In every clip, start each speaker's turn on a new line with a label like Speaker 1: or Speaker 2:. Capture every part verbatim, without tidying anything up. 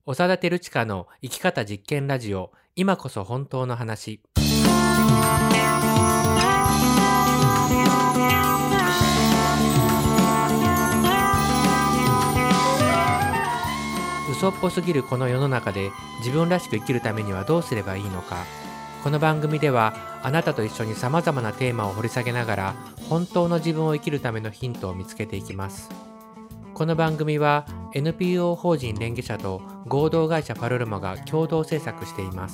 Speaker 1: 長田照親の生き方実験ラジオ、今こそ本当の話。嘘っぽすぎるこの世の中で自分らしく生きるためにはどうすればいいのか。この番組ではあなたと一緒にさまざまなテーマを掘り下げながら本当の自分を生きるためのヒントを見つけていきます。この番組は エヌピーオー 法人連携者と合同会社パルルマが共同制作しています。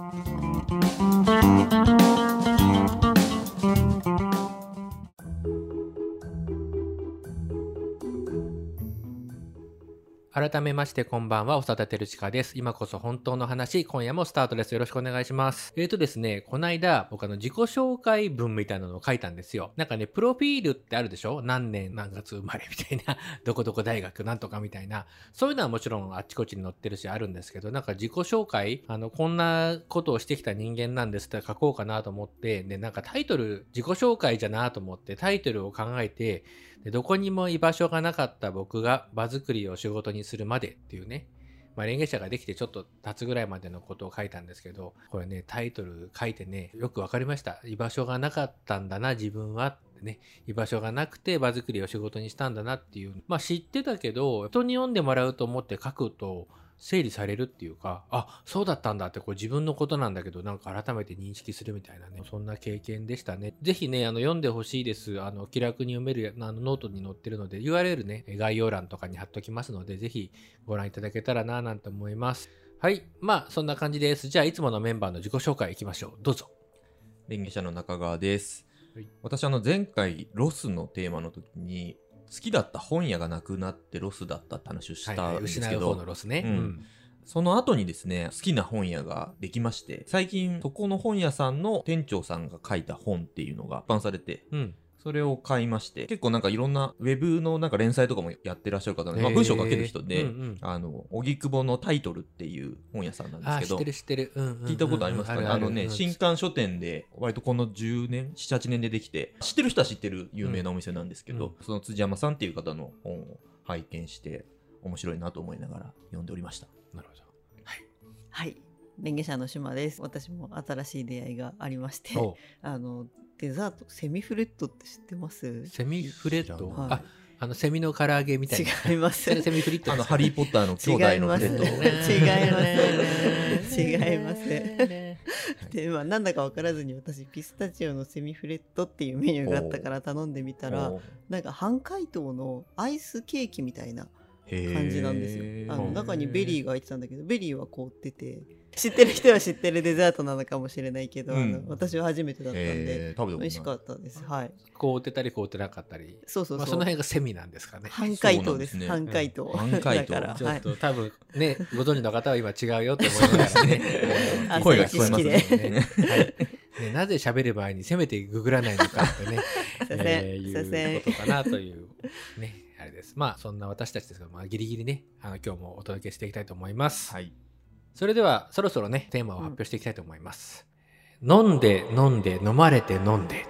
Speaker 1: 改めましてこんばんは、長田照親です。今こそ本当の話、今夜もスタートです。よろしくお願いします。えーとですね、この間僕あの自己紹介文みたいなのを書いたんですよ。なんかね、プロフィールってあるでしょ？何年何月生まれみたいな、どこどこ大学なんとかみたいな、そういうのはもちろんあっちこっちに載ってるしあるんですけど、なんか自己紹介、あのこんなことをしてきた人間なんですって書こうかなと思って、でなんかタイトル自己紹介じゃなと思ってタイトルを考えて、でどこにも居場所がなかった僕が場作りを仕事にするまでっていうね、まあ、連携者ができてちょっと経つぐらいまでのことを書いたんですけど、これねタイトル書いてねよくわかりました。居場所がなかったんだな自分はってね、居場所がなくて場作りを仕事にしたんだなっていう、まあ知ってたけど人に読んでもらうと思って書くと整理されるっていうか、あ、そうだったんだってこう自分のことなんだけどなんか改めて認識するみたいなね、そんな経験でしたね。ぜひね、あの読んでほしいです。あの気楽に読めるあのノートに載ってるので ユーアールエル ね、概要欄とかに貼っときますので、ぜひご覧いただけたらななんて思います。はい、まあそんな感じです。じゃあいつものメンバーの自己紹介いきましょう。どうぞ。
Speaker 2: 連携者の中川です。
Speaker 1: はい、
Speaker 2: 私あの前回ロスのテーマの時に好きだった本屋がなくなってロスだったって話をしたんですけど、はいはい、
Speaker 1: 失う方のロスね、
Speaker 2: うんうん、その後にですね、好きな本屋ができまして、最近そこの本屋さんの店長さんが書いた本っていうのが出版されて、うん、それを買いまして、結構なんかいろんなウェブのなんか連載とかもやってらっしゃる方なんで、まあ、文章を書ける人で、うんうん、あの荻窪のタイトルっていう本屋さんなんですけど、
Speaker 1: あ、知ってる知ってる、うんうんうんうん、
Speaker 2: 聞いたことありますかね。あるある、あのね、うん、新刊書店で割とこのじゅうねん、なな、はちねんでできて、知ってる人は知ってる有名なお店なんですけど、うん、その辻山さんっていう方の本を拝見して面白いなと思いながら読んでおりました。
Speaker 1: なるほど。
Speaker 3: はい、連携者の島です。私も新しい出会いがありまして、あのデザートセミフレットって知ってます？
Speaker 1: セミフレット、
Speaker 3: はい、
Speaker 1: あ、あのセミの唐揚げみたいな。
Speaker 3: 違います。
Speaker 1: セミフリット、
Speaker 2: あのハリーポッターの兄弟のフレット。
Speaker 3: 違います違いますで、まあ、なんだか分からずに私ピスタチオのセミフレットっていうメニューがあったから頼んでみたら、なんか半解凍のアイスケーキみたいな感じなんですよ。あの中にベリーが入ってたんだけど、ベリーは凍ってて、知ってる人は知ってるデザートなのかもしれないけど、うん、あの私は初めてだったんで美味しかったです。はい、
Speaker 1: 凍ってたり凍ってなかったり、
Speaker 3: そうそうそう、まあ、
Speaker 1: その辺がセミなんですかね。
Speaker 3: 半解凍です。半解凍、
Speaker 2: うん、半解凍
Speaker 3: だから
Speaker 1: ちょっと、はい、多分ねご存知の方は今違うよって思いながらね
Speaker 2: 声が聞こえますね。
Speaker 1: はいね、なぜ喋る前にせめてググらないのかってねえー、いうことかなというねあれです。まあそんな私たちですが、まあ、ギリギリねあの今日もお届けしていきたいと思います。はい、それではそろそろねテーマを発表していきたいと思います。うん、飲んで飲んで飲まれて飲んで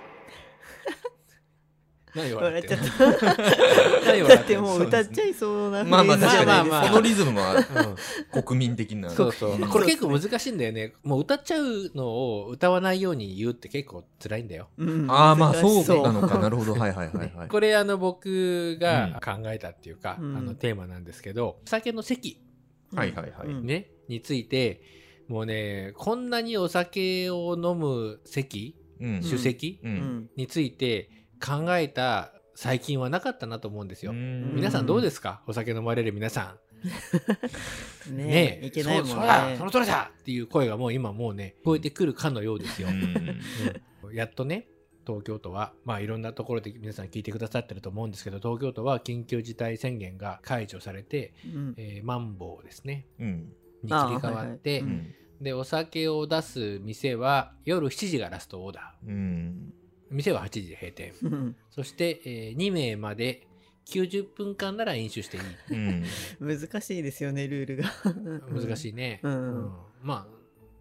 Speaker 1: 何笑ってんの？
Speaker 3: だってもう歌っちゃいそうなフレーズじゃないですか。まあまあ確かに、
Speaker 2: まあ、そのリズムもある、うん、国民的な。
Speaker 1: そうそう。これ結構難しいんだよね。もう歌っちゃうのを歌わないように言うって結構辛いんだよ。
Speaker 2: うん、ああまあそうなのか。なるほど。はいはいはいはい。
Speaker 1: これあの僕が考えたっていうか、うん、あのテーマなんですけど、お酒の席、
Speaker 2: はいはいはい
Speaker 1: ねについて、もうねこんなにお酒を飲む席、うん、酒席、うん、について考えた最近はなかったなと思うんですよ。皆さんどうですか？お酒飲まれる皆さ
Speaker 3: んねえ、ねえいけないもんね。
Speaker 1: そうだその通りだっていう声がもう今もうね聞こえてくるかのようですよ。うん、やっとね東京都はまあいろんなところで皆さん聞いてくださってると思うんですけど、東京都は緊急事態宣言が解除されて、うんえー、マンボウですね、うん、に切り替わって、はいはいうん、でお酒を出す店は夜しちじがラストオーダー、うん店ははちじで閉店、うん、そして、えー、にめいまできゅうじゅっぷんかんなら飲酒していい、
Speaker 3: うん、難しいですよねルールが
Speaker 1: 難しいね、うんうん、まあ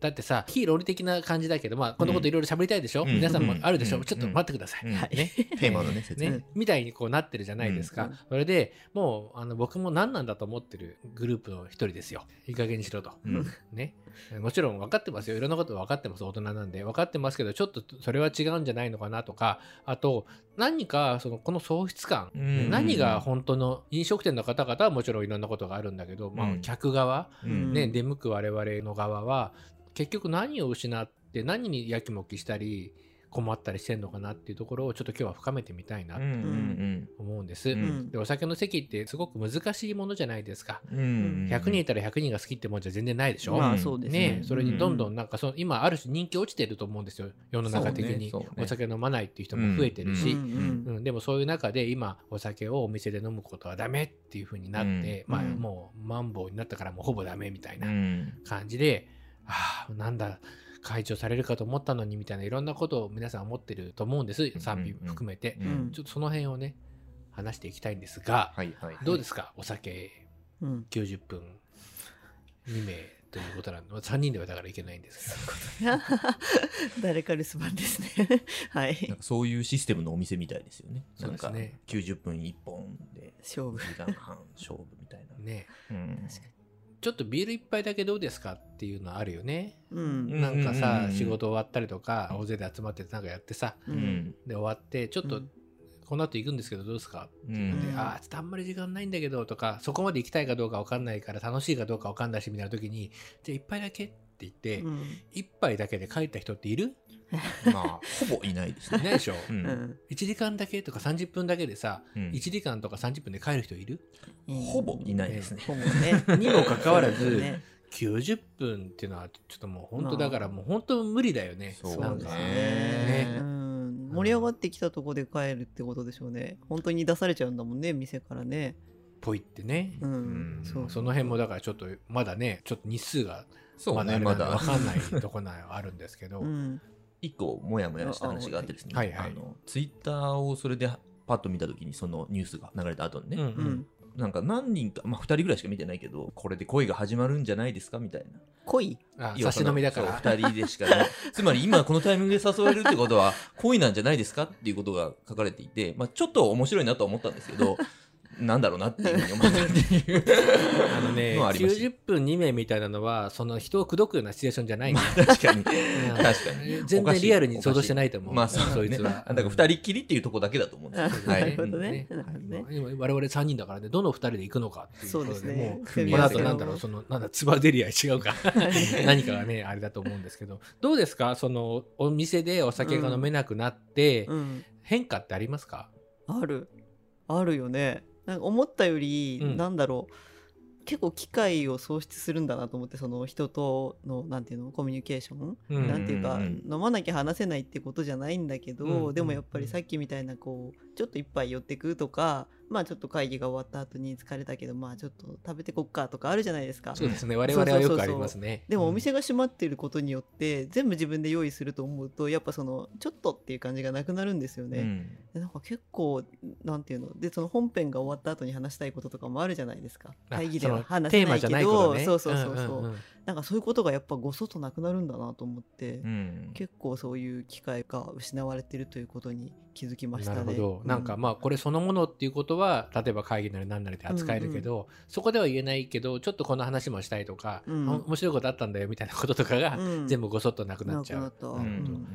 Speaker 1: だってさ非論理的な感じだけど、まあこのこといろいろ喋りたいでしょ、うん、皆さんもあるでしょ、うん、ちょっと待ってください、うん、ね、
Speaker 2: テーマのね説明、
Speaker 1: ね、みたいにこうなってるじゃないですか、うん、それでもうあの僕も何なんだと思ってるグループの一人ですよ。いい加減にしろと、うん、ね、もちろん分かってますよ、いろんなこと分かってます、大人なんで分かってますけど、ちょっとそれは違うんじゃないのかなとか、あと何かそのこの喪失感、うん、何が本当の飲食店の方々はもちろんいろんなことがあるんだけど、うん、まあ、客側、うんね、出向く我々の側は結局何を失って何にやきもきしたり困ったりしてんのかなっていうところをちょっと今日は深めてみたいなと思うんです、うんうんうん、でお酒の席ってすごく難しいものじゃないですか、うんうんうん、ひゃくにんいたらひゃくにんが好きってもんじゃ全然ないでしょ、
Speaker 3: まあそうですね、
Speaker 1: ね、それにどんどんなんかその今ある種人気落ちてると思うんですよ、世の中的に、ねね、お酒飲まないっていう人も増えてるし、うんうんうん、でもそういう中で今お酒をお店で飲むことはダメっていう風になって、うん、まあもうマンボウになったからもうほぼダメみたいな感じで、うん、ああなんだ解除されるかと思ったのにみたいないろんなことを皆さん思ってると思うんです、賛否含めて、うんうん、ちょっとその辺をね話していきたいんですが、はいはいはい、どうですかお酒きゅうじゅっぷんにめいということなんでさんにんではだからいけないんですけど
Speaker 3: 誰か留守番ですねはい、
Speaker 2: なんかそういうシステムのお店みたいですよね。なんかきゅうじゅっぷんいっぽんで勝負時間半勝負みたいなね、うん、確かに
Speaker 1: ちょっとビール一杯だけどうですかっていうのはあるよね、うん、なんかさ、うんうん、仕事終わったりとか大勢で集まってなんかやってさ、うん、で終わってちょっと、うん、この後行くんですけどどうですかっていうので、うん、ああちょっとあんまり時間ないんだけどとかそこまで行きたいかどうか分かんないから楽しいかどうか分かんないしみたいな時にじゃあ一杯だけって言って、うん、一杯だけで帰った人っている？
Speaker 2: まあほぼいないですね。
Speaker 1: いないでしょ、うん、いちじかんだけとかさんじゅっぷんだけでさ、うん、いちじかんとかさんじゅっぷんで帰る人いる？
Speaker 2: ほぼいないですね。ほぼ
Speaker 1: ねにもかかわらず、ね、きゅうじゅっぷんっていうのはちょっともう本当だからもう本当無理だよね。
Speaker 3: そうなんかね、うん、盛り上がってきたとこで帰るってことでしょうね。本当に出されちゃうんだもんね店からね。
Speaker 1: ぽいってね、うんうん、そうその辺もだからちょっとまだねちょっと日数がまだまだ分かんないところはあるんですけど、うん、
Speaker 2: 一個モヤモヤした話があってですね、はいはい、あのツイッターをそれでパッと見た時にそのニュースが流れた後にね、うんうん、なんか何人か、まあ、ふたりぐらいしか見てないけどこれで恋が始まるんじゃないですかみたいな。
Speaker 3: 恋？
Speaker 1: 差し飲みだから
Speaker 2: ふたりでしかないつまり今このタイミングで誘われるってことは恋なんじゃないですかっていうことが書かれていて、まあ、ちょっと面白いなと思ったんですけどなんだろうなっていうふうに思ったっていう
Speaker 1: あのねきゅうじゅっぷんにめいみたいなのはその人を口説くようなシチュエーションじゃないんだ、
Speaker 2: まあ、確かに確かに
Speaker 1: 全然リアルに想像してないと思う。
Speaker 2: まあそう、ね、そいつはだからふたりきりっていうところだけだと思うんですけど、
Speaker 3: なるほどね、
Speaker 1: 今我々さんにんだからねどのふたりで行くのかっていう
Speaker 3: そうですね。
Speaker 1: もうこの後なんだろうそのなんだつばぜり合い違うか何かがねあれだと思うんですけど、どうですかそのお店でお酒が飲めなくなって、うんうん、変化ってありますか？
Speaker 3: あるあるよね。なんか思ったより、うん、なんだろう結構機会を喪失するんだなと思って、その人とのなんていうのコミュニケーション、うん、なんていうか、うん、飲まなきゃ話せないってことじゃないんだけど、うん、でもやっぱりさっきみたいなこうちょっと一杯寄ってくとか、まあちょっと会議が終わった後に疲れたけどまあちょっと食べてこっかとかあるじゃないですか。
Speaker 1: そうですね、我々はよくありますね。
Speaker 3: でもお店が閉まっていることによって、うん、全部自分で用意すると思うとやっぱそのちょっとっていう感じがなくなるんですよね、うん、でなんか結構なんていうのでその本編が終わった後に話したいこととかもあるじゃないですか。会議では話せないけどテーマじゃないことね、そうそうそうそう、うんうんうん、なんかそういうことがやっぱごそっとなくなるんだなと思って、うん、結構そういう機会が失われてるということに気づきましたね。
Speaker 1: なるほど、
Speaker 3: うん、
Speaker 1: なんかまあこれそのものっていうことは例えば会議なり何なりで扱えるけど、うんうん、そこでは言えないけどちょっとこの話もしたいとか、うん、面白いことあったんだよみたいなこととかが全部ごそっとなくなっちゃう、うんうん、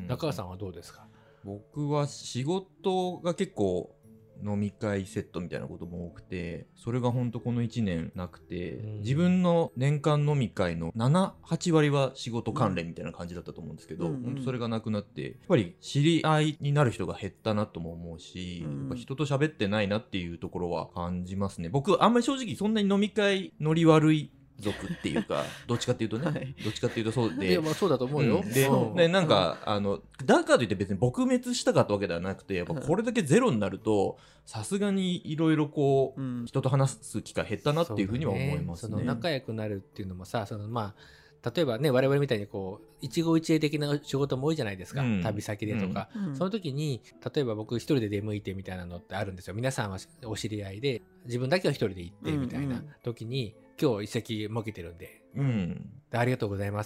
Speaker 1: 中川さんはどうですか？
Speaker 2: 僕は仕事が結構飲み会セットみたいなことも多くて、それがほんとこのいちねんなくて、うん、自分の年間飲み会のなな、はちわりは仕事関連みたいな感じだったと思うんですけど、うん、ほんとそれがなくなってやっぱり知り合いになる人が減ったなとも思うし、うん、やっぱ人と喋ってないなっていうところは感じますね。僕あんまり正直そんなに飲み会ノリ悪い族っていうかどっちかっていうとね、はい、どっちかっていうとそうで、
Speaker 1: いやまあそうだと思うよ、
Speaker 2: うん、で、ね、なんか、うん、あのだからといって別に撲滅したかったわけではなくて、やっぱこれだけゼロになるとさすがにいろいろこう、うん、人と話す機会減ったなっていうふうには思いますね。
Speaker 1: その仲良くなるっていうのもさ、そのまあ例えばね我々みたいにこう一期一会的な仕事も多いじゃないですか、うん、旅先でとか、うん、その時に例えば僕一人で出向いてみたいなのってあるんですよ。皆さんはお知り合いで自分だけは一人で行ってみたいな時に、うんうん、今日一席設けてるんで、うん、でありがとうございますみたいな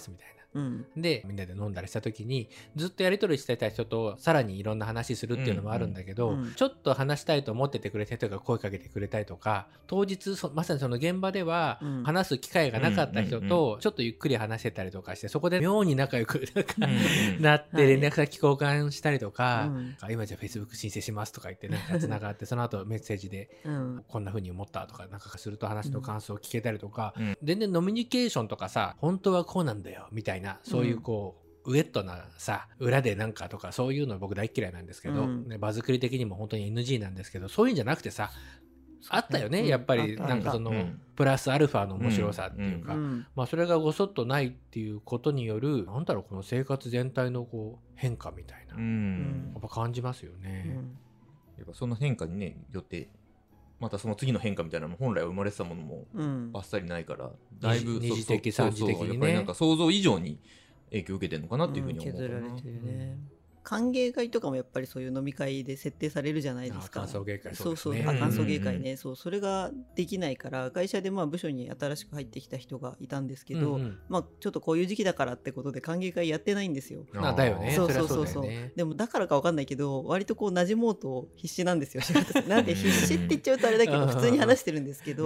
Speaker 3: うん、
Speaker 1: でみんなで飲んだりした時にずっとやり取りしてた人とさらにいろんな話するっていうのもあるんだけど、
Speaker 3: うんうん、
Speaker 1: ちょっと話したいと思っててくれた人が声かけてくれたりとか、当日まさにその現場では話す機会がなかった人とちょっとゆっくり話してたりとかして、そこで妙に仲良くなんかなって連絡先交換したりとか、はい、今じゃあ Facebook 申請しますとか言ってなんかつながってその後メッセージでこんな風に思ったとかなんかすると話の感想を聞けたりとか、うん、全然ノミニケーションとかさ、本当はこうなんだよみたいな、そういうこう、うん、ウエットなさ裏でなんかとかそういうの僕大嫌いなんですけど、うん、ね、場作り的にも本当に エヌジー なんですけど、そういうんじゃなくてさ、あったよね、うん、やっぱりなんかその、うん、プラスアルファの面白さっていうか、うん、まあそれがごそっとないっていうことによるなんだろう、この生活全体のこう変化みたいな、うん、やっぱ感じますよね、うん、
Speaker 2: やっぱその変化にねよってまたその次の変化みたいなのも本来は生まれてたものもバッサリないから、うん、だいぶ
Speaker 1: 二次的三次的にね、
Speaker 2: やっぱりなんか想像以上に影響を受けてるのかなっていうふうに思うかな、
Speaker 3: うん、削られてるね。歓迎会とかもやっぱりそういう飲み会で設定されるじゃないですか。
Speaker 1: 歓送迎会、
Speaker 3: そうそう、あ、歓送迎会ね、そう、それができないから会社でまあ部署に新しく入ってきた人がいたんですけど、うんうん、まあちょっとこういう時期だからってことで歓迎会やってないんですよ。
Speaker 1: あ、だよね。
Speaker 3: そうそうそうそう。でもだからかわかんないけど割とこう馴染もうと必死なんですよ。なんで必死って言っちゃうとあれだけど普通に話してるんですけど、うん、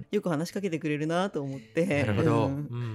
Speaker 3: よく話しかけてくれるなと思って、
Speaker 1: なるほど、
Speaker 3: うん、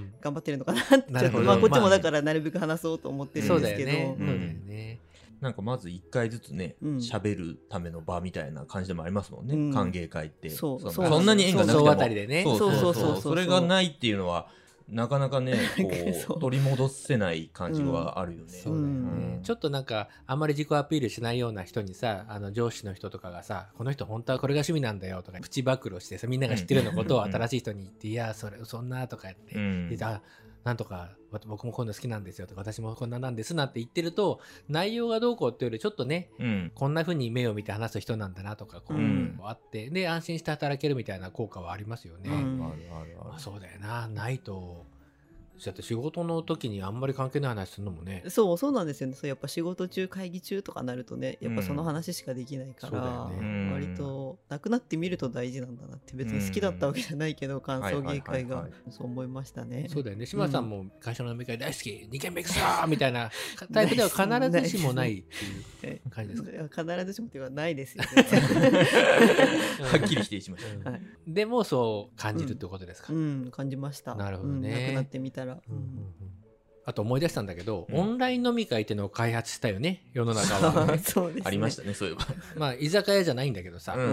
Speaker 3: 頑張ってるのかなってちょっと、まあこっちもだからなるべく話そうと思ってるんですけど、
Speaker 1: そうだよね。そうだよね。
Speaker 2: なんかまずいっかいずつね喋、うん、るための場みたいな感じでもありますもんね、うん、歓迎会って。
Speaker 3: そうそう、
Speaker 2: そんなに縁がなくても
Speaker 1: そうあたりでね、
Speaker 2: そうそうそうそう、それがないっていうのはなかなかねこう取り戻せない感じはあるよね、うん、
Speaker 1: そうだよね、うん、ちょっとなんかあんまり自己アピールしないような人にさ、あの上司の人とかがさ、この人本当はこれが趣味なんだよとかプチ暴露してさ、みんなが知ってるようなことを新しい人に言って、いやそれそんなとかやって、うん、であなんとか僕もこういうの好きなんですよとか私もこんななんですなんて言ってると、内容がどうこうっていうよりちょっとね、うん、こんな風に目を見て話す人なんだなとかこう、うん、あってで安心して働けるみたいな効果はありますよね、うん、まあ、そうだよな、ないとだって仕事の時にあんまり関係ない話するのもね、
Speaker 3: そうそうなんですよね。そうやっぱ仕事中会議中とかなるとね、やっぱその話しかできないから、うん、割となくなってみると大事なんだなって、別に好きだったわけじゃないけど、うん、感想芸会がそう思いましたね。
Speaker 1: そうだよね。島さんも会社の飲み会大好き、にけんめ行くぞーみたいなタイプでは必ずしもないっていう感じですか。
Speaker 3: 必ずしもっていうかないですよね。
Speaker 2: はっきり否定しました、
Speaker 1: はい、でもそう感じるってことですか。
Speaker 3: うん、うん、感じました。
Speaker 1: なるほどね、
Speaker 3: うん、なくなってみたら、うんうんうん、
Speaker 1: あと思い出したんだけど、うん、オンライン飲み会っていうのを開発したよね、世の中は、ね、
Speaker 3: そうですね、
Speaker 2: ありましたね、そういえば。
Speaker 1: まあ居酒屋じゃないんだけどさ、うんうんうん、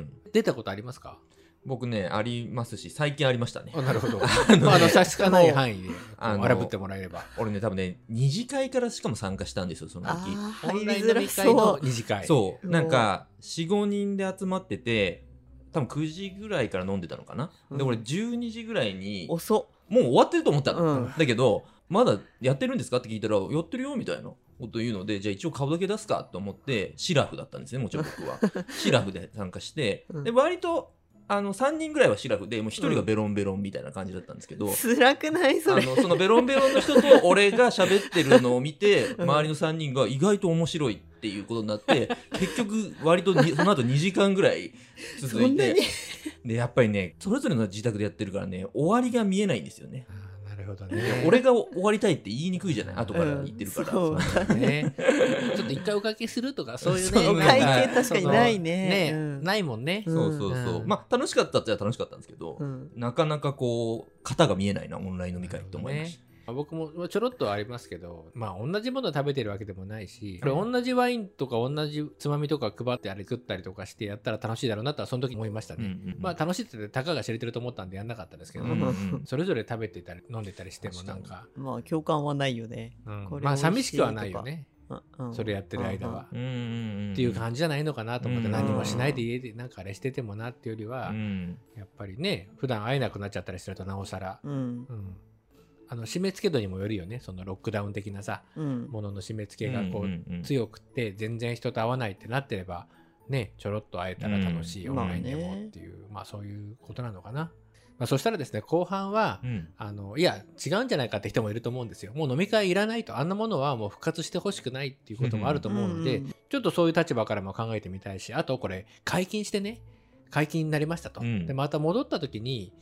Speaker 1: 出たことありますか？
Speaker 2: 僕ねありますし、最近ありましたね。
Speaker 1: あ、なるほど。あの、まあ、あの差し支えない範囲で荒ぶってもらえれば。
Speaker 2: 俺ね多分ね二次会からしかも参加したんですよ、その時。
Speaker 1: オンライン飲み会の二次会。
Speaker 2: そうなんか よん,ご 人で集まってて、多分くじぐらいから飲んでたのかな、うん、で俺じゅうにじぐらいに
Speaker 3: 遅っ
Speaker 2: もう終わってると思ったの、うん、だけどまだやってるんですかって聞いたらやってるよみたいなこと言うので、じゃあ一応顔だけ出すかと思ってシラフだったんですね、もちろん僕は。シラフで参加して、うん、で割とあのさんにんぐらいはシラフでもうひとりがベロンベロンみたいな感じだったんですけど、うん、
Speaker 3: 辛くないそれ。
Speaker 2: あのそのベロンベロンの人と俺が喋ってるのを見て周りのさんにんが意外と面白いっていうことになって結局割とその後にじかんぐらい続いてでやっぱりねそれぞれの自宅でやってるからね終わりが見えないんですよね。
Speaker 1: なるほどね。
Speaker 2: 俺が終わりたいって言いにくいじゃない、後から言ってるから、
Speaker 1: うん、そうだね。ちょっと一回おかけするとかそういうね、
Speaker 3: お会計確かにないね、
Speaker 1: ね、うん、ないもんね。
Speaker 2: そうそうそう、うん、まあ楽しかったっちゃ楽しかったんですけど、うん、なかなかこう型が見えないなオンライン飲み会って思いました。
Speaker 1: 僕もちょろっとありますけど、まあ同じものを食べてるわけでもないし、これ同じワインとか同じつまみとか配ってあれ食ったりとかしてやったら楽しいだろうなとはその時思いましたね、うんうんうん、まあ楽しいってたかが知れてると思ったんでやんなかったですけど、うんうん、それぞれ食べてたり飲んでたりしてもなんか
Speaker 3: まあ共感はないよね、
Speaker 1: うん、まあ寂しくはないよね、うん、それやってる間は、うんうん、っていう感じじゃないのかなと思って、何もしないで家でなんかあれしててもなっていうよりは、うん、やっぱりね普段会えなくなっちゃったりするとなおさら、うんうん、あの締め付け度にもよるよね。そのロックダウン的なさ、うん、ものの締め付けがこう、うんうんうん、強くて全然人と会わないってなってればね、ちょろっと会えたら楽しい、うん、オンラインでもっていう、まあね、まあそういうことなのかな。まあ、そしたらですね後半は、うん、あのいや違うんじゃないかって人もいると思うんですよ。もう飲み会いらないと、あんなものはもう復活してほしくないっていうこともあると思うので、うんうん、ちょっとそういう立場からも考えてみたいし、あとこれ解禁してね解禁になりましたと、うん、でまた戻った時に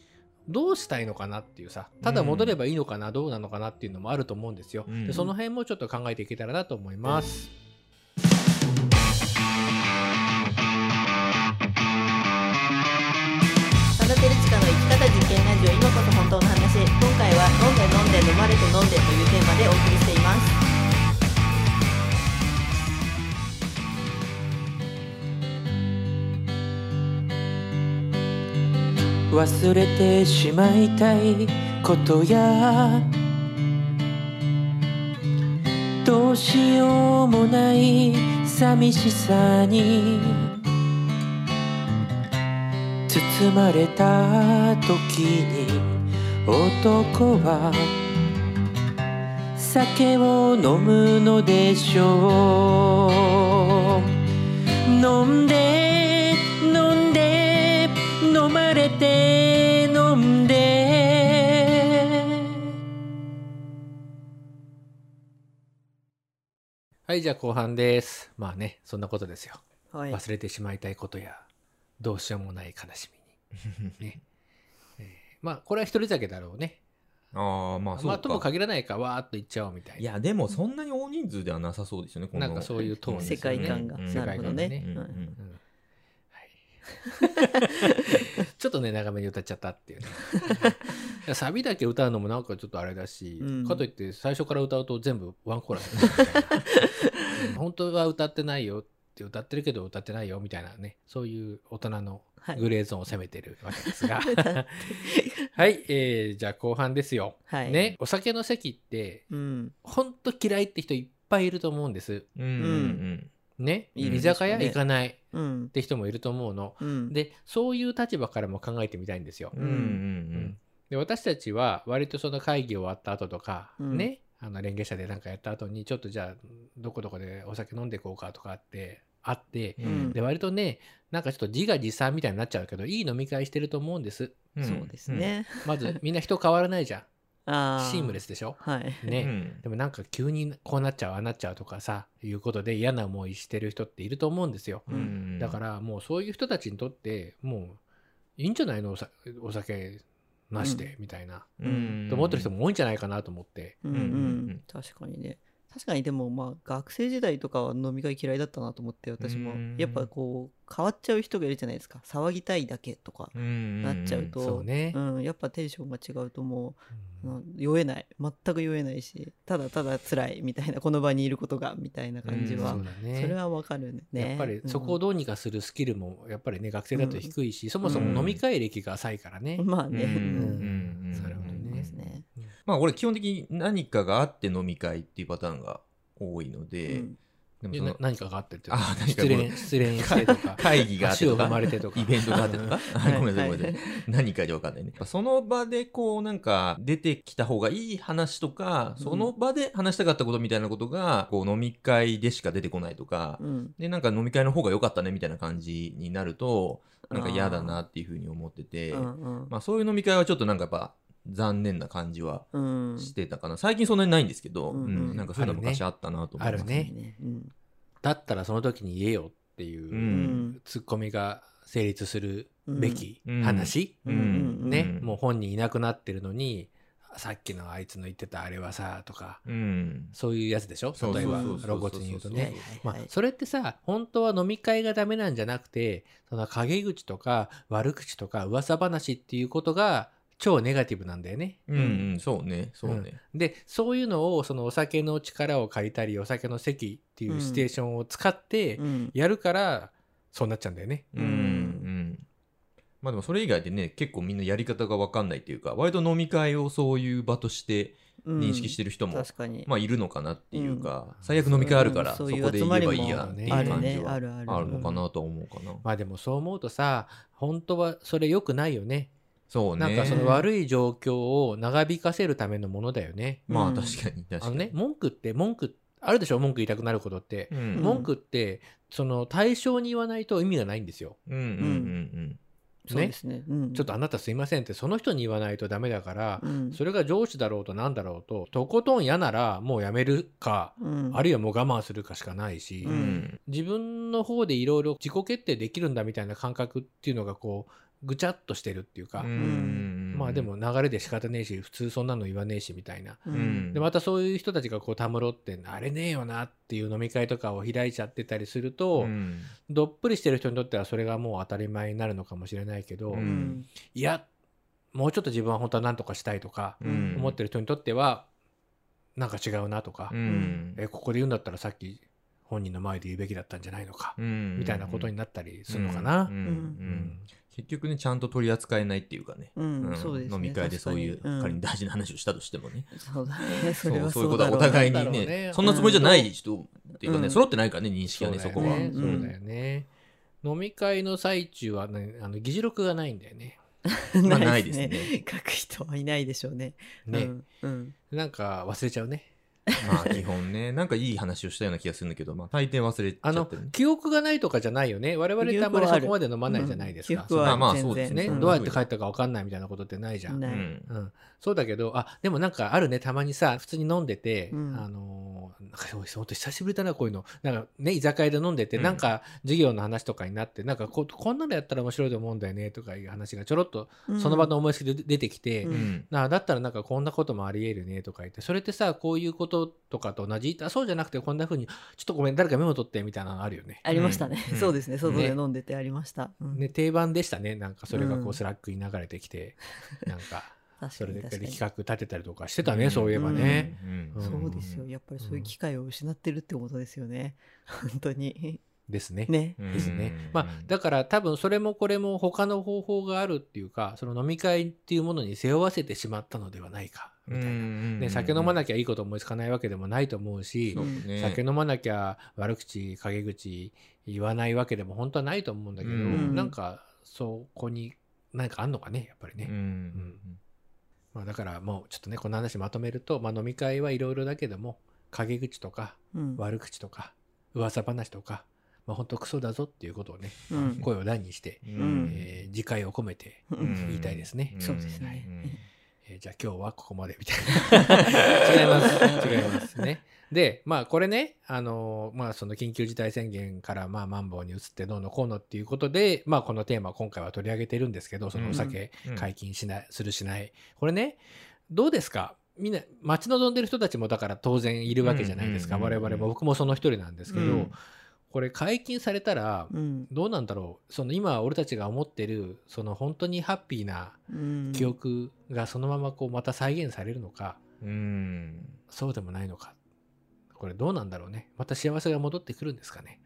Speaker 1: どうしたいのかなっていうさ、ただ戻ればいいのかな、どうなのかなっていうのもあると思うんですよ、うん、でその辺もちょっと考えていけたらなと思います、うん、
Speaker 3: サダテルチカの生き方実験ラジオ、今こそ本当の話。今回は飲んで飲んで飲まれて飲んでというテーマでお送りしています。
Speaker 4: 忘れてしまいたいことやどうしようもない寂しさに包まれた時に男は酒を飲むのでしょう。飲んで飲んで飲まれて飲んで。
Speaker 1: はい、じゃあ後半です。まあね、そんなことですよ、
Speaker 3: はい、
Speaker 1: 忘れてしまいたいことやどうしようもない悲しみに、ねえー、まあこれは一人酒だろうね。
Speaker 2: ああ、まあそうか。
Speaker 1: まあとも限らないか、わーっといっちゃおうみたいな。
Speaker 2: いやでもそんなに大人数ではなさそうですよね、この
Speaker 1: なんかそういうトーンですよね、
Speaker 3: 世界観が、うん、なるほどね、うんうんうん
Speaker 1: ちょっとね長めに歌っちゃったっていうねサビだけ歌うのもなんかちょっとあれだし、うん、かといって最初から歌うと全部ワンコーラスみたいな本当は歌ってないよって歌ってるけど歌ってないよみたいなね、そういう大人のグレーゾーンを攻めてるわけですが、はい、はい、えー、じゃあ後半ですよ、はい、ね、お酒の席って、うん、ほんと嫌いって人いっぱいいると思うんです、うんうんね、居酒屋行かないって人もいると思うの、うん、でそういう立場からも考えてみたいんですよ、うんうんうん、で私たちは割とその会議終わった後とか、うん、ね、あの連携者でなんかやった後にちょっとじゃあどこどこでお酒飲んでいこうかとかってあって、うん、で割とねなんかちょっと自画自賛みたいになっちゃうけどいい飲み会してると思うんです、
Speaker 3: うん、そうですね、
Speaker 1: うん、まずみんな人変わらないじゃんあシームレスでしょ、
Speaker 3: はい
Speaker 1: ね、うん、でもなんか急にこうなっちゃうああなっちゃうとかさいうことで嫌な思いしてる人っていると思うんですよ、うん、だからもうそういう人たちにとってもういいんじゃないの お, さお酒なしで、うん、みたいな、うん、と思ってる人も多いんじゃないかなと思って、
Speaker 3: うんうんうん、確かにね。確かにでもまあ学生時代とかは飲み会嫌いだったなと思って私もやっぱこう変わっちゃう人がいるじゃないですか。騒ぎたいだけとかなっちゃうと、
Speaker 1: そうね、
Speaker 3: うん、やっぱテンションが違うともう、うん、酔えない全く酔えないしただただ辛いみたいなこの場にいることがみたいな感じは、うん そ, ね、それはわかるね。
Speaker 1: やっぱりそこをどうにかするスキルもやっぱりね学生だと低いし、うん、そもそも飲み会歴が浅いからね、
Speaker 3: うん、まあね、うんうん
Speaker 1: うん、それはねですね、
Speaker 2: うん、まあ俺基本的に何かがあって飲み会っていうパターンが多いので、うん、
Speaker 1: でもその何かがあってってあ失恋失恋してとか
Speaker 2: 会議があってとか
Speaker 1: 足を踏まれてとか
Speaker 2: イベントがあってとかごめんなさいごめんなさい何かで分かんないね。その場でこうなんか出てきた方がいい話とか、うん、その場で話したかったことみたいなことがこう飲み会でしか出てこないとか、うん、でなんか飲み会の方が良かったねみたいな感じになるとなんか嫌だなっていうふうに思ってて、うんうん、まあそういう飲み会はちょっとなんかやっぱ残念な感じはしてたかな、うん、最近そんなにないんですけど、うんうん、なんかそういうの昔あったなと思います。
Speaker 1: あるね、あるね、うん、だったらその時に言えよっていうツッコミが成立するべき話、うんうんね、もう本人いなくなってるのにさっきのあいつの言ってたあれはさとか、うん、そういうやつでしょ。例えば露骨に言うとね、まあそれってさ本当は飲み会がダメなんじゃなくてその陰口とか悪口とか噂話っていうことが超ネガティブなんだよね。
Speaker 2: うん、うん、そうね、そうね、
Speaker 1: うん。で、そういうのをそのお酒の力を借りたり、お酒の席っていうステーションを使ってやるから、うん、そうなっちゃうんだよね。
Speaker 2: うん、うん。まあでもそれ以外でね、結構みんなやり方が分かんないっていうか、割と飲み会をそういう場として認識してる人も、うん、まあいるのかなっていうか、うん、最悪飲み会あるから、そこで言えばいいやっていう感じはあるのかなと思うかな。
Speaker 1: まあでもそう思うとさ、本当はそれ良くないよね。
Speaker 2: そうね、
Speaker 1: なんかその悪い状況を長引かせるためのものだよね。
Speaker 2: まあ確かに確かに。
Speaker 1: あのね、文句って文句あるでしょ、文句言いたくなることって、うん、文句ってその対象に言わないと意味がないんですよ。うんうんうんうん。
Speaker 3: そうですね、うん、
Speaker 1: ちょっとあなたすいませんってその人に言わないとダメだから、うん、それが上司だろうとなんだろうととことん嫌ならもうやめるか、うん、あるいはもう我慢するかしかないし、うん、自分の方でいろいろ自己決定できるんだみたいな感覚っていうのがこうぐちゃっとしてるっていうか、うんまあでも流れで仕方ねえし普通そんなの言わねえしみたいな、
Speaker 3: うん、
Speaker 1: でまたそういう人たちがこうたむろってあれねえよなっていう飲み会とかを開いちゃってたりすると、うん、どっぷりしてる人にとってはそれがもう当たり前になるのかもしれないけど、うん、いやもうちょっと自分は本当は何とかしたいとか思ってる人にとってはなんか違うなとか、うん、えここで言うんだったらさっき本人の前で言うべきだったんじゃないのか、うん、みたいなことになったりするのかな。
Speaker 2: 結局ねちゃんと取り扱えないっていうかね、うんうんそうですね、飲み会でそういう仮に大事な話をしたとしてもね、
Speaker 3: そうだねそれは
Speaker 2: そういうことはお互いに ね, ねそんなつもりじゃない人っていうかね、うん、揃ってないからね認識はね、そこは
Speaker 1: そうだよね、うん、飲み会の最中は、ね、あの議事録がないんだよね
Speaker 2: まあないですね
Speaker 3: 書く人はいないでしょうね
Speaker 1: ね、うんうん、なんか忘れちゃうね
Speaker 2: まあ基本ねなんかいい話をしたような気がするんだけど、まあ、大抵忘れちゃってる、ね、
Speaker 1: あの記憶がないとかじゃないよね我々ってあんまりそこまで飲まないじゃないですか、
Speaker 3: うん、ま
Speaker 2: あまあそうですね、
Speaker 1: うん、どうやって帰ったか分かんないみたいなことってないじゃん、うんうん、そうだけどあでもなんかあるねたまにさ普通に飲んでて、うん、あのなんか本当久しぶりだなこういうのなんかね居酒屋で飲んでて、うん、なんか授業の話とかになってなんか こ, こんなのやったら面白いと思うんだよねとかいう話がちょろっとその場の思いつきで出てきて、うん、なだったらなんかこんなこともあり得るねとか言ってそれってさこういうこととかと同じあそうじゃなくてこんな風にちょっとごめん誰かメモ取ってみたいなのあるよね
Speaker 3: ありましたね、うん、そうですね外で飲んでてありました、ね
Speaker 1: うんね、定番でしたねなんかそれがこうスラックに流れてきて、うん、なんかそれで企画立てたりとかしてたね、うん、そういえばね、
Speaker 3: うんうん、そうですよやっぱりそういう機会を失ってるってことですよね本当に
Speaker 1: ですね。
Speaker 3: ね。
Speaker 1: ですね。まあだから多分それもこれも他の方法があるっていうかその飲み会っていうものに背負わせてしまったのではないかみたいな、ね、酒飲まなきゃいいこと思いつかないわけでもないと思うし、ね、酒飲まなきゃ悪口陰口言わないわけでも本当はないと思うんだけど、うん、なんかそこに何かあんのかねやっぱりね。うんうんまあ、だからもうちょっとねこの話まとめると、まあ、飲み会はいろいろだけども陰口とか悪口とか噂話とかまあ、本当クソだぞっていうことをね、うん、声を大にして、うんえー、自戒を込めて言いたいですね、
Speaker 3: うん、そうですね、はい
Speaker 1: えー、じゃあ今日はここまでみたいな違います違いますねでまあこれねあのー、まあその緊急事態宣言からまあマンボウに移ってどうのこうのっていうことでまあこのテーマを今回は取り上げてるんですけどそのお酒解禁しない、うん、するしないこれねどうですかみんな待ち望んでる人たちもだから当然いるわけじゃないですか、うん、我々も僕もその一人なんですけど、うんこれ解禁されたらどうなんだろう、うん、その今俺たちが思ってるその本当にハッピーな記憶がそのままこうまた再現されるのか、うん、そうでもないのかこれどうなんだろうねまた幸せが戻ってくるんですかね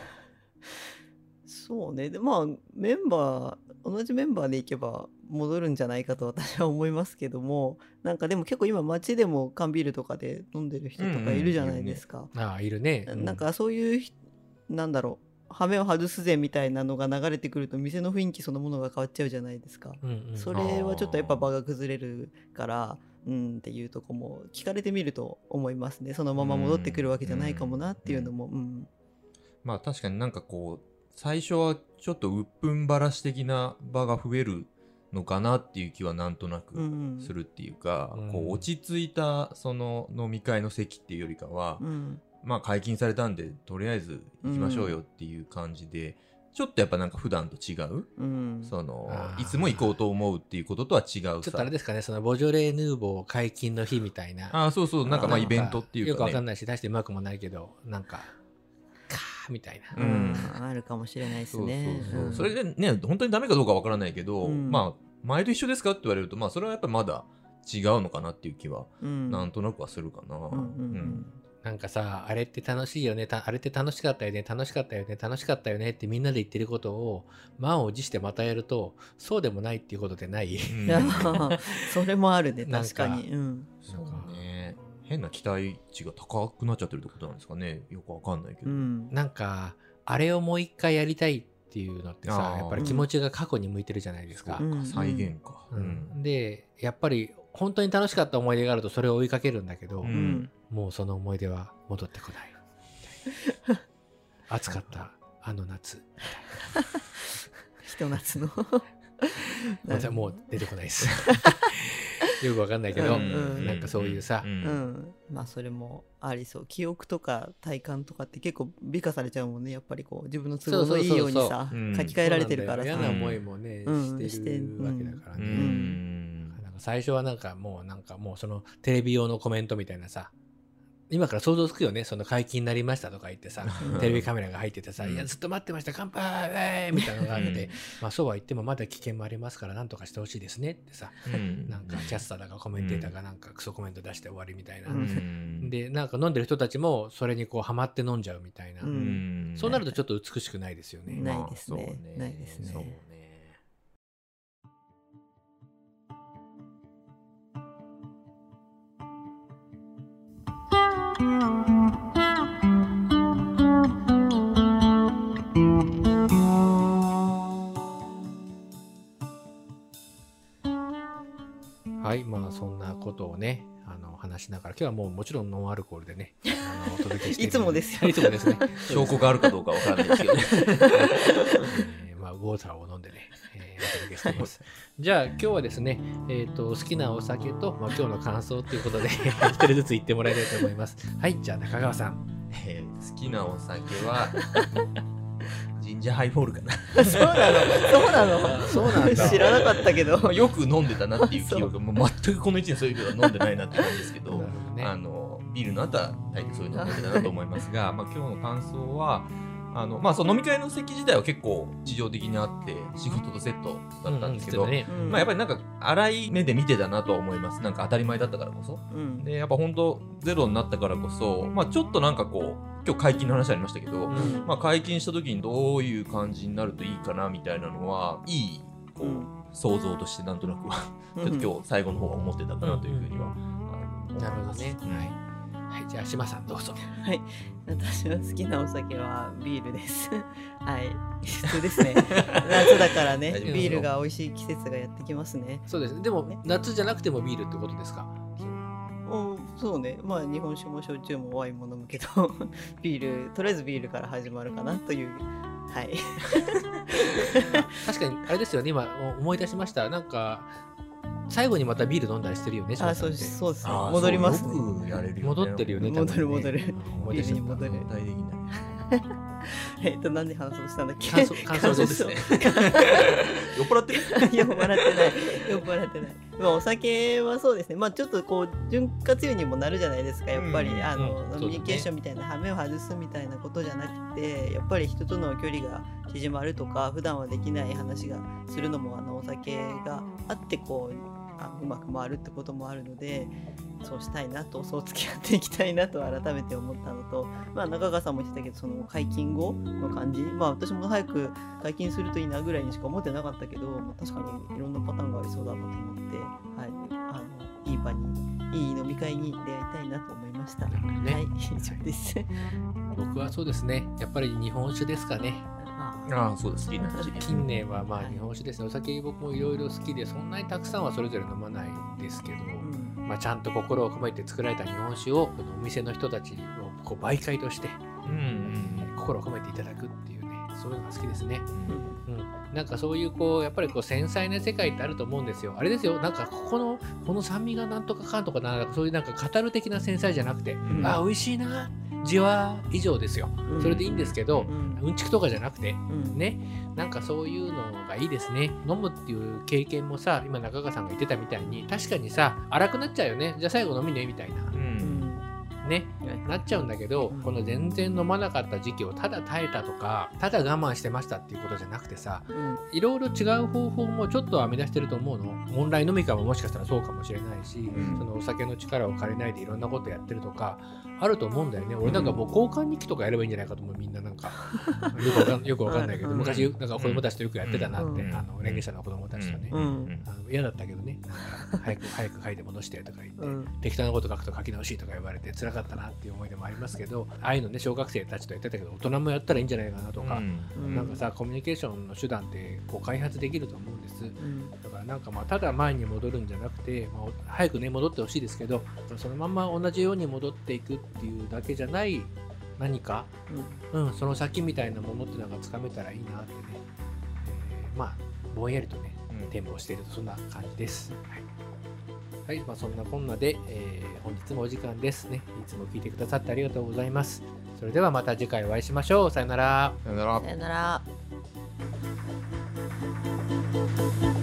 Speaker 3: そうねでまあメンバー同じメンバーでいけば戻るんじゃないかと私は思いますけどもなんかでも結構今街でも缶ビールとかで飲んでる人とかいるじゃないですか、
Speaker 1: うんうん、ああいるね、
Speaker 3: うん、なんかそういう人なんだろう羽目を外すぜみたいなのが流れてくると店の雰囲気そのものが変わっちゃうじゃないですか、うんうん、それはちょっとやっぱ場が崩れるからうんっていうとこも聞かれてみると思いますねそのまま戻ってくるわけじゃないかもなっていうのも、うんうん、
Speaker 2: まあ確かになんかこう最初はちょっとうっぷんばらし的な場が増えるのかなっていう気はなんとなくするっていうか、うん、こう落ち着いたその飲み会の席っていうよりかは、うんまあ解禁されたんでとりあえず行きましょうよっていう感じで、うん、ちょっとやっぱなんか普段と違う、うん、そのいつも行こうと思うっていうこととは違うさ
Speaker 1: ちょっとあれですかねそのボジョレ・ヌーボー解禁の日みたいな
Speaker 2: あそうそうなんかまあイベントっていうか、ね、
Speaker 1: よくわかんないし大してうまくもないけどなんかカーみたいな、
Speaker 3: うん、あるかもしれないですね
Speaker 2: そうそうそう、うん、それでね本当にダメかどうかわからないけど、うん、まあ前と一緒ですかって言われるとまあそれはやっぱまだ違うのかなっていう気は、うん、なんとなくはするかな、うんうんうん
Speaker 1: なんかさあれって楽しいよねあれって楽しかったよね楽しかったよね楽しかったよねってみんなで言ってることを満を持してまたやるとそうでもないっていうことでない、うん、
Speaker 3: それもあるね確かに
Speaker 2: うん、そうね変な期待値が高くなっちゃってるってことなんですかねよくわかんないけど、うん、
Speaker 1: なんかあれをもう一回やりたいっていうのってさやっぱり気持ちが過去に向いてるじゃないですか、
Speaker 2: うん、再現か、
Speaker 1: うんうん、でやっぱり本当に楽しかった思い出があるとそれを追いかけるんだけど、うん、もうその思い出は戻ってこない暑かったあの夏
Speaker 3: ひと夏の
Speaker 1: もう出てこないですよくわかんないけど、うん、なんかそういうさ、うん
Speaker 3: うん、まあそれもありそう記憶とか体感とかって結構美化されちゃうもんねやっぱりこう自分の都合のいいようにさ書き換えられてるからさ
Speaker 1: 嫌な思いもね、うん、してるわけだからね、うんうん最初はなんかもうなんかもうそのテレビ用のコメントみたいなさ、今から想像つくよね。その解禁になりましたとか言ってさ、テレビカメラが入っててさ、いやずっと待ってました乾杯ウェーイみたいなのがあって、まあそうは言ってもまだ危険もありますからなんとかしてほしいですねってさ、なんかキャスターだかコメンテーターがなんかクソコメント出して終わりみたいな、でなんか飲んでる人たちもそれにこうハマって飲んじゃうみたいな、そうなるとちょっと美しくないですよね。
Speaker 3: ないですね。ないですね。
Speaker 1: はい、まあそんなことをね、あの話しながら、今日はもうもちろんノンアルコールでね、あのお届けしている。
Speaker 3: いつもですよ。
Speaker 1: いつもですね。
Speaker 2: 証拠があるかどうかわからないですけどね。
Speaker 1: えー、まあウォーターを飲んでね、えー、お届けしています。じゃあ今日はですね、えっと好きなお酒と、まあ、今日の感想ということで一人ずつ言ってもらいたいと思います。はい、じゃあ中川さん。
Speaker 2: えー、好きなお酒はジンジャーハイボールかな。
Speaker 3: そうなのそうなの
Speaker 1: そうなんだ。
Speaker 3: 知らなかったけど
Speaker 2: よく飲んでたなっていう記憶。もう全くこのいちねんそういうことは飲んでないなって感じですけど、
Speaker 1: ね、
Speaker 2: あのビールの後は大抵そういうの飲んでたなと思いますがまあ今日の感想はあのまあ、その飲み会の席自体は結構日常的にあって仕事とセットだったんですけど、うんうんね、まあ、やっぱりなんか荒い目で見てたなとは思います。なんか当たり前だったからこそ、うん、でやっぱ本当ゼロになったからこそ、まあ、ちょっとなんかこう今日解禁の話ありましたけど、うん、まあ、解禁した時にどういう感じになるといいかなみたいなのはいいこう、うん、想像としてなんとなくはちょっと今日最後の方は思ってたかなというふうには、
Speaker 1: うんうん、なるほどね、はいはい、じゃあ島さんどうぞ。
Speaker 3: はい、私の好きなお酒はビールです。はい、普通ですね。夏だからね、ビールが美味しい季節がやってきますね。
Speaker 1: そうです。でも、ね、夏じゃなくてもビールってことですか。
Speaker 3: うん、そうね。まあ日本酒も焼酎もワインも飲むけど、ビールとりあえずビールから始まるかなという。はい。
Speaker 1: 確かにあれですよね。今思い出しました。なんか。最後にまたビール飲んだりしてるよね。
Speaker 3: あ、そうです。そうです。戻りますね。
Speaker 2: よくやれるよね。
Speaker 1: 戻ってるよね。
Speaker 3: 戻る戻る。ビールに戻る。
Speaker 2: 大的な。
Speaker 3: えっと何で話そうとしたんだっけ。
Speaker 1: 感想感想ですね。
Speaker 2: 酔っ払ってる？
Speaker 3: 酔っ払ってない。酔っ払ってない。まあお酒はそうですね。まあちょっとこう潤滑油にもなるじゃないですか。やっぱりあのノミニケーションみたいな羽目を外すみたいなことじゃなくて、やっぱり人との距離が縮まるとか、普段はできない話がするのもあのお酒があってこう。あうまく回るってこともあるので、そうしたいなと、そう付き合っていきたいなと改めて思ったのと、まあ、中川さんも言ってたけどその解禁後の感じ、まあ私も早く解禁するといいなぐらいにしか思ってなかったけど、まあ、確かにいろんなパターンがありそうだなと思って、はい、あのいい場にいい飲み会に出会いたいなと思いました。ね、はい、以上です。
Speaker 1: 僕はそうですね、やっぱり日本酒ですかね。
Speaker 2: ああ、そうです。
Speaker 1: 近年はまあ日本酒ですね。お酒僕もいろいろ好きで、そんなにたくさんはそれぞれ飲まないんですけど、うん、まあちゃんと心を込めて作られた日本酒をこのお店の人たちをこう媒介として、うんうん、心を込めていただくっていうね、そういうのが好きですね。うんうん、なんかそういうこうやっぱりこう繊細な世界ってあると思うんですよ。あれですよ。なんかここのこの酸味がなんとかかんとかな、そういうなんか語る的な繊細じゃなくて、うん、あ美味しいな。じわ以上ですよ、うん、それでいいんですけど、うん、うんちくとかじゃなくて、うん、ね、なんかそういうのがいいですね。飲むっていう経験もさ、今中川さんが言ってたみたいに確かにさ荒くなっちゃうよね。じゃあ最後飲みねみたいな、うん、ね、なっちゃうんだけど、この全然飲まなかった時期をただ耐えたとかただ我慢してましたっていうことじゃなくてさ、いろいろ違う方法もちょっと編み出してると思うの。オンライン飲み会ももしかしたらそうかもしれないし、うん、そのお酒の力を借りないでいろんなことやってるとかあると思うんだよね。俺なんかもう交換日記とかやればいいんじゃないかと思う。みんななんかよくわかん、よくわかんないけど、昔なんか子供たちとよくやってたなって、うん、あの連携者の子供たちとね、うん、あの嫌だったけどね、なんか早く早く書いて戻してとか言って、うん、適当なこと書くと書き直しとか言われて辛かったなっていう思い出もありますけど、ああいうのね小学生たちとやってたけど大人もやったらいいんじゃないかなとか、うん、なんかさコミュニケーションの手段ってこう開発できると思うんです、うん、だからなんかまあただ前に戻るんじゃなくて、まあ、早くね戻ってほしいですけど、そのまま同じように戻っていくっていうだけじゃない何か、うんうん、その先みたいなものってのがつかめたらいいなってね、えー、まあぼんやりとね展望しているとそんな感じです。はい、はい、まあ、そんなこんなで、えー、本日もお時間ですね。いつも聞いてくださってありがとうございます。それではまた次回お会いしましょう。さよなら。
Speaker 2: さよなら。
Speaker 3: さよなら。